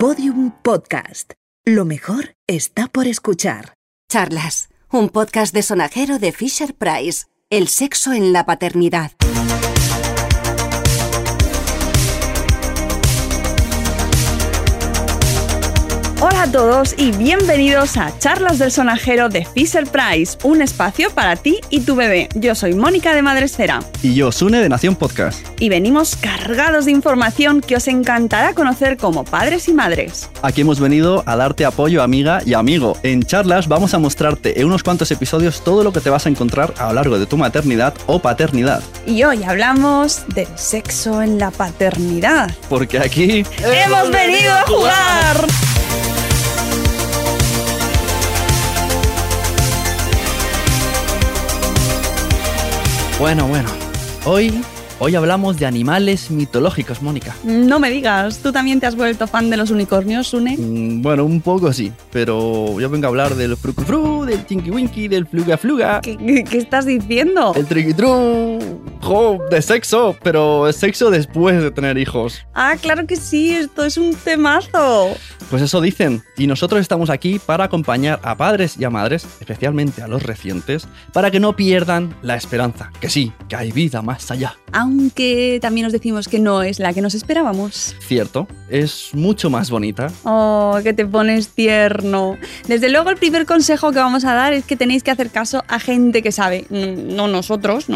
Podium Podcast. Lo mejor está por escuchar. Charlas, un podcast de sonajero de Fisher-Price. El sexo en la paternidad. Hola a todos y bienvenidos a Charlas del Sonajero de Fisher-Price, un espacio para ti y tu bebé. Yo soy Mónica de Madresfera. Y yo, Sune de Nación Podcast. Y venimos cargados de información que os encantará conocer como padres y madres. Aquí hemos venido a darte apoyo, amiga y amigo. En Charlas vamos a mostrarte en unos cuantos episodios todo lo que te vas a encontrar a lo largo de tu maternidad o paternidad. Y hoy hablamos del sexo en la paternidad. Porque aquí... ¡Hemos venido a jugar! Bueno. Hoy hablamos de animales mitológicos, Mónica. No me digas, ¿tú también te has vuelto fan de los unicornios, Sune? Bueno, un poco sí, pero yo vengo a hablar del frucufru, del tinky winky, del fluga fluga. ¿Qué estás diciendo? El triquitru, de sexo, pero sexo después de tener hijos. Ah, claro que sí, esto es un temazo. Pues eso dicen, y nosotros estamos aquí para acompañar a padres y a madres, especialmente a los recientes, para que no pierdan la esperanza, que sí, que hay vida más allá. Aunque también os decimos que no es la que nos esperábamos. Cierto, es mucho más bonita. Oh, que te pones tierno. Desde luego el primer consejo que vamos a dar es que tenéis que hacer caso a gente que sabe, no nosotros,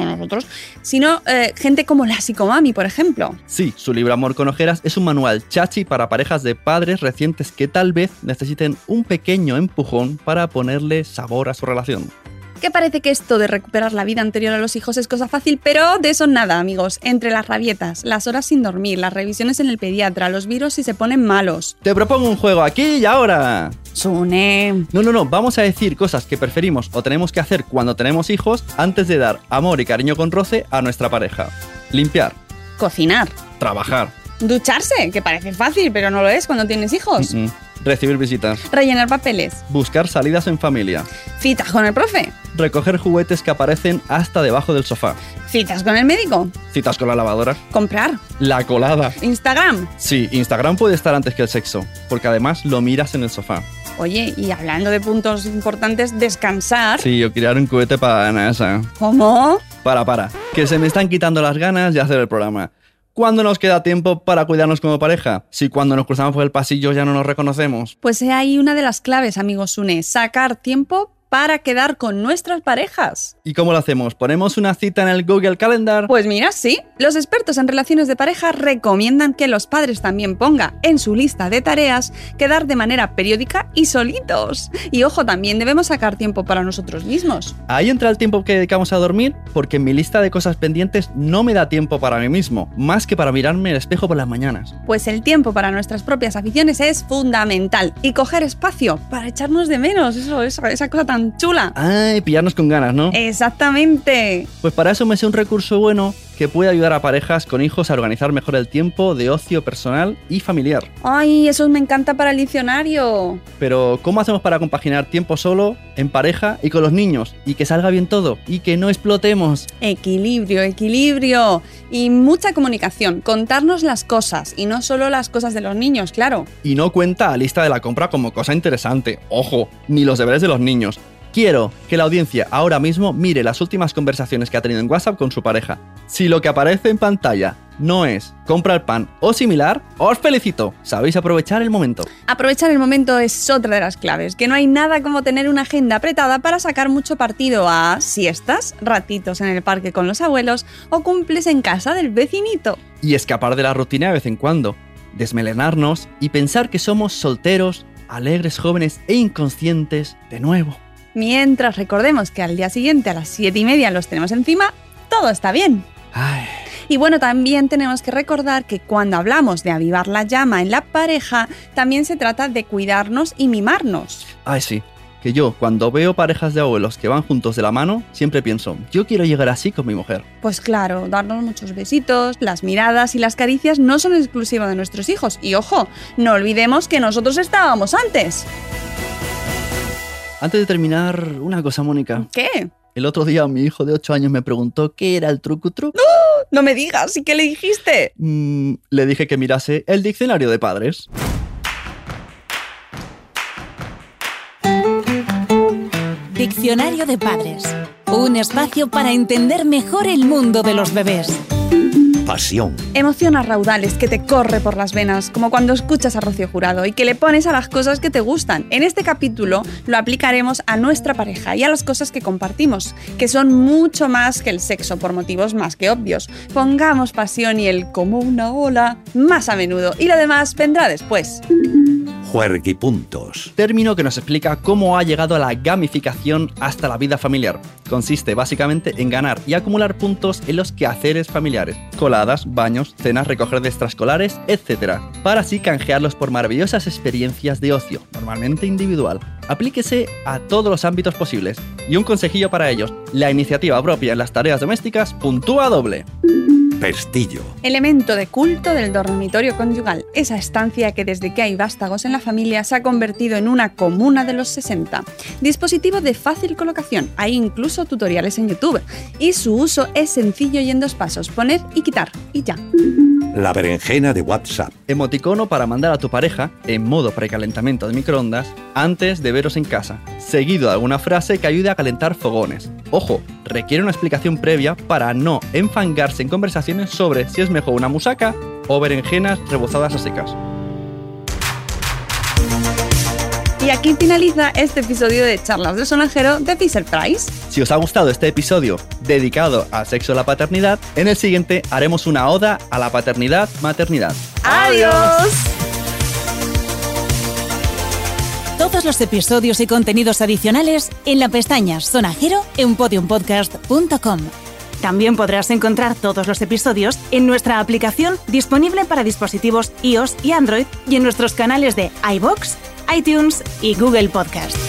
sino gente como la Psicomami, por ejemplo. Sí, su libro Amor con ojeras es un manual chachi para parejas de padres recientes que tal vez necesiten un pequeño empujón para ponerle sabor a su relación. Que parece que esto de recuperar la vida anterior a los hijos es cosa fácil, pero de eso nada, amigos. Entre las rabietas, las horas sin dormir, las revisiones en el pediatra, los virus si se ponen malos. Te propongo un juego aquí y ahora. Sune. No, vamos a decir cosas que preferimos o tenemos que hacer cuando tenemos hijos antes de dar amor y cariño con roce a nuestra pareja. Limpiar. Cocinar. Trabajar. Ducharse, que parece fácil, pero no lo es cuando tienes hijos. Recibir visitas. Rellenar papeles. Buscar salidas en familia. Citas con el profe. Recoger juguetes que aparecen hasta debajo del sofá. Citas con el médico. Citas con la lavadora. Comprar. La colada. Instagram. Sí, Instagram puede estar antes que el sexo, porque además lo miras en el sofá. Oye, y hablando de puntos importantes, descansar. Sí, o crear un cohete para la NASA. ¿Cómo? Para, que se me están quitando las ganas de hacer el programa. ¿Cuándo nos queda tiempo para cuidarnos como pareja? Si cuando nos cruzamos por el pasillo ya no nos reconocemos. Pues he ahí una de las claves, amigos Sune, sacar tiempo para quedar con nuestras parejas. ¿Y cómo lo hacemos? ¿Ponemos una cita en el Google Calendar? Pues mira, sí. Los expertos en relaciones de pareja recomiendan que los padres también pongan en su lista de tareas quedar de manera periódica y solitos. Y ojo, también debemos sacar tiempo para nosotros mismos. Ahí entra el tiempo que dedicamos a dormir, porque en mi lista de cosas pendientes no me da tiempo para mí mismo, más que para mirarme en el espejo por las mañanas. Pues el tiempo para nuestras propias aficiones es fundamental. Y coger espacio para echarnos de menos, esa cosa tan chula. Ay, pillarnos con ganas, ¿no? Exactamente. Pues para eso me sé un recurso bueno que puede ayudar a parejas con hijos a organizar mejor el tiempo de ocio personal y familiar. Ay, eso me encanta para el diccionario. Pero, ¿cómo hacemos para compaginar tiempo solo, en pareja y con los niños? Y que salga bien todo, y que no explotemos. Equilibrio. Y mucha comunicación. Contarnos las cosas, y no solo las cosas de los niños, claro. Y no cuenta la lista de la compra como cosa interesante. Ojo, ni los deberes de los niños. Quiero que la audiencia ahora mismo mire las últimas conversaciones que ha tenido en WhatsApp con su pareja. Si lo que aparece en pantalla no es compra el pan o similar, os felicito. Sabéis aprovechar el momento. Aprovechar el momento es otra de las claves, que no hay nada como tener una agenda apretada para sacar mucho partido a siestas, ratitos en el parque con los abuelos o cumples en casa del vecinito. Y escapar de la rutina de vez en cuando, desmelenarnos y pensar que somos solteros, alegres, jóvenes e inconscientes de nuevo. Mientras recordemos que al día siguiente a las 7:30 los tenemos encima, todo está bien. Ay. Y bueno, también tenemos que recordar que cuando hablamos de avivar la llama en la pareja, también se trata de cuidarnos y mimarnos. Ay, sí. Que yo, cuando veo parejas de abuelos que van juntos de la mano, siempre pienso, yo quiero llegar así con mi mujer. Pues claro, darnos muchos besitos, las miradas y las caricias no son exclusivas de nuestros hijos. Y ojo, no olvidemos que nosotros estábamos antes. Antes de terminar, una cosa, Mónica. ¿Qué? El otro día mi hijo de 8 años me preguntó qué era el trucutru. ¡No! No me digas, ¿y qué le dijiste? Le dije que mirase el diccionario de padres. Diccionario de Padres. Un espacio para entender mejor el mundo de los bebés. Pasión. Emoción a raudales que te corre por las venas, como cuando escuchas a Rocío Jurado y que le pones a las cosas que te gustan. En este capítulo lo aplicaremos a nuestra pareja y a las cosas que compartimos, que son mucho más que el sexo por motivos más que obvios. Pongamos pasión y el como una ola más a menudo y lo demás vendrá después. Juerguipuntos. Término que nos explica cómo ha llegado a la gamificación hasta la vida familiar. Consiste básicamente en ganar y acumular puntos en los quehaceres familiares, coladas, baños, cenas, recoger de extraescolares, etc. Para así canjearlos por maravillosas experiencias de ocio, normalmente individual. Aplíquese a todos los ámbitos posibles. Y un consejillo para ellos, la iniciativa propia en las tareas domésticas puntúa doble. Pestillo. Elemento de culto del dormitorio conyugal, esa estancia que desde que hay vástagos en la familia se ha convertido en una comuna de los 60. Dispositivo de fácil colocación, hay incluso tutoriales en YouTube. Y su uso es sencillo y en 2 pasos, poner y quitar, y ya. La berenjena de WhatsApp. Emoticono para mandar a tu pareja, en modo precalentamiento de microondas, antes de veros en casa, seguido de alguna frase que ayude a calentar fogones. Ojo, requiere una explicación previa para no enfangarse en conversaciones sobre si es mejor una musaca o berenjenas rebozadas a secas. Y aquí finaliza este episodio de Charlas de Sonajero de Fisher Price. Si os ha gustado este episodio dedicado al sexo y la paternidad, en el siguiente haremos una oda a la paternidad-maternidad. ¡Adiós! Todos los episodios y contenidos adicionales en la pestaña Sonajero en podiumpodcast.com. También podrás encontrar todos los episodios en nuestra aplicación disponible para dispositivos iOS y Android y en nuestros canales de iVoox, iTunes y Google Podcast.